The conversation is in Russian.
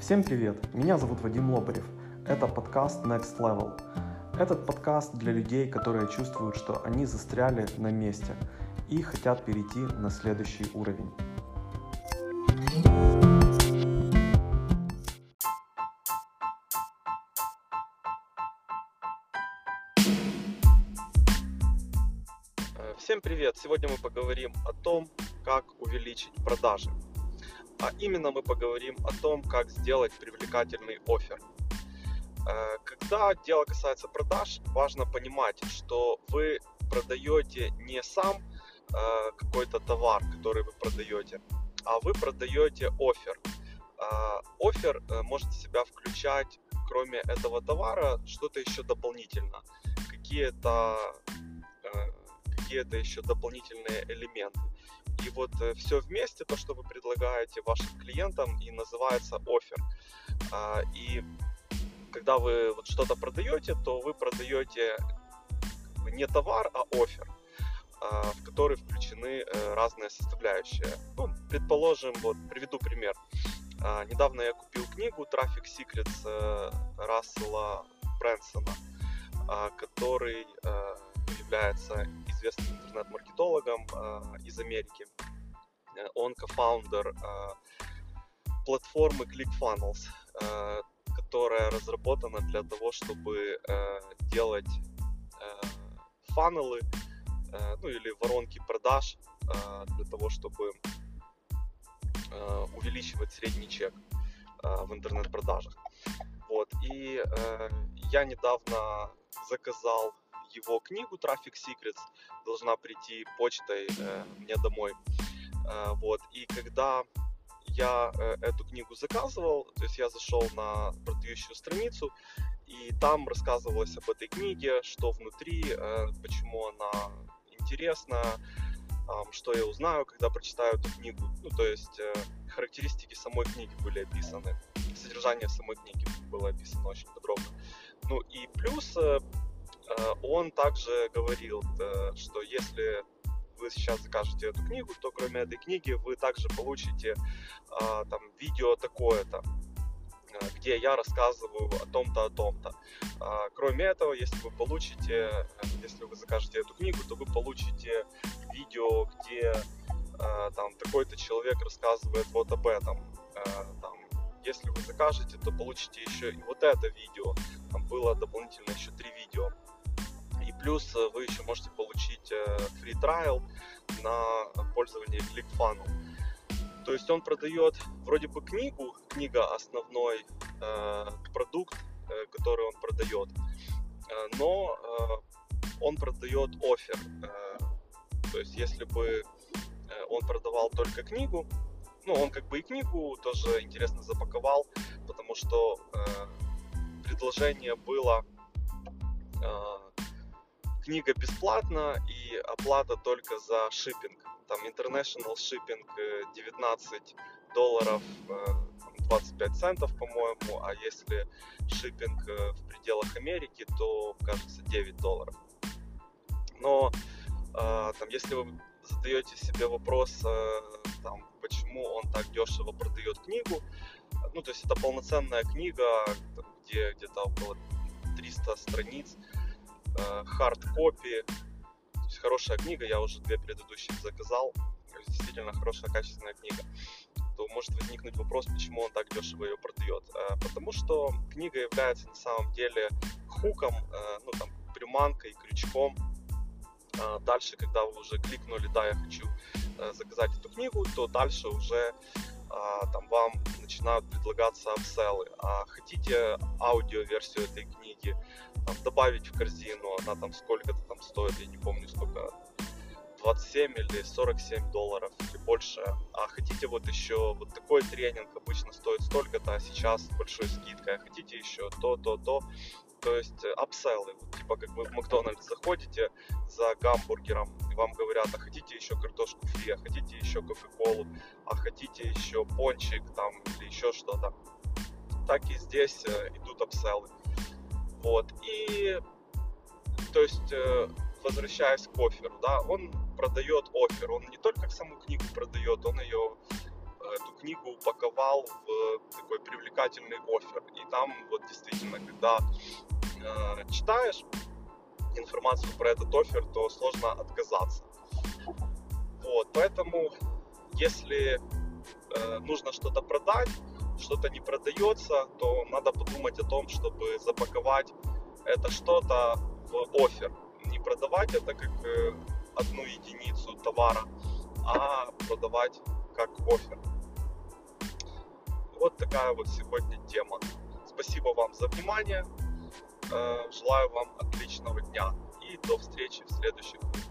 Всем привет! Меня зовут Вадим Лобарев. Это подкаст Next Level. Этот подкаст для людей, которые чувствуют, что они застряли на месте и хотят перейти на следующий уровень. Всем привет! Сегодня мы поговорим о том, как увеличить продажи. А именно мы поговорим о том, как сделать привлекательный оффер. Когда дело касается продаж, важно понимать, что вы продаете не сам какой-то товар, который вы продаете, а вы продаете оффер. Оффер может в себя включать, кроме этого товара, что-то еще дополнительно, какие-то еще дополнительные элементы. И вот все вместе, то, что вы предлагаете вашим клиентам, и называется оффер. И когда вы вот что-то продаете, то вы продаете не товар, а оффер, в который включены разные составляющие. Ну, предположим, вот приведу пример. Недавно я купил книгу Traffic Secrets Рассела Брэнсона, который является известным интернет-маркетологом из Америки. Он кофаундер платформы ClickFunnels, которая разработана для того, чтобы делать фаннелы, ну или воронки продаж, для того, чтобы увеличивать средний чек в интернет-продажах. Вот. И я недавно заказал его книгу Traffic Secrets, должна прийти почтой мне домой. Вот. И когда я эту книгу заказывал, то есть я зашел на продающую страницу, и там рассказывалось об этой книге, что внутри, почему она интересна, что я узнаю, когда прочитаю эту книгу. Ну, то есть характеристики самой книги были описаны, содержание самой книги было описано очень подробно. Ну и плюс он также говорил, что если вы сейчас закажете эту книгу, то кроме этой книги вы также получите там видео такое-то, где я рассказываю о том-то, о том-то. Кроме этого, если вы закажете эту книгу, то вы получите видео, где там такой-то человек рассказывает вот об этом. Если вы закажете, то получите еще и вот это видео. Там было дополнительно еще 3 видео. И плюс вы еще можете получить free trial на пользование ClickFunnels. То есть он продает вроде бы книгу, книга основной продукт, который он продает, но он продает оффер. То есть если бы он продавал только книгу, ну он как бы и книгу тоже интересно запаковал, потому что предложение было книга бесплатна и оплата только за шиппинг. Там international shipping $19, 25 центов, по-моему, а если шиппинг в пределах Америки, то, кажется, $9. Но там, если вы задаете себе вопрос, там, почему он так дешево продает книгу, ну, то есть это полноценная книга, где где-то около 300 страниц, hard-copy, то есть хорошая книга, я уже 2 предыдущих заказал, действительно хорошая, качественная книга, то может возникнуть вопрос, почему он так дешево ее продает. Потому что книга является на самом деле хуком, ну там приманкой, крючком. Дальше, когда вы уже кликнули, да, я хочу заказать эту книгу, то дальше уже там вам начинают предлагаться апселлы. Хотите аудиоверсию этой книги, там, добавить в корзину, она там сколько-то там стоит, я не помню сколько, 27 или $47 или больше. А хотите вот еще вот такой тренинг, обычно стоит столько-то, а сейчас с большой скидкой. А хотите еще то. То есть апселлы, вот, типа как вы в Макдональдс заходите за гамбургером, и вам говорят, а хотите еще картошку фри, а хотите еще кока-колу, а хотите еще пончик там или еще что-то. Так и здесь идут апселлы. Вот, и то есть возвращаясь к офферу, да, он продает оффер, он не только саму книгу продает, он эту книгу упаковал в такой привлекательный оффер. И там вот действительно, когда читаешь информацию про этот оффер, то сложно отказаться. Вот, поэтому если нужно что-то продать, что-то не продается, то надо подумать о том, чтобы запаковать это что-то в оффер. Не продавать это как одну единицу товара, а продавать как оффер. Вот такая вот сегодня тема. Спасибо вам за внимание. Желаю вам отличного дня и до встречи в следующих выпусках.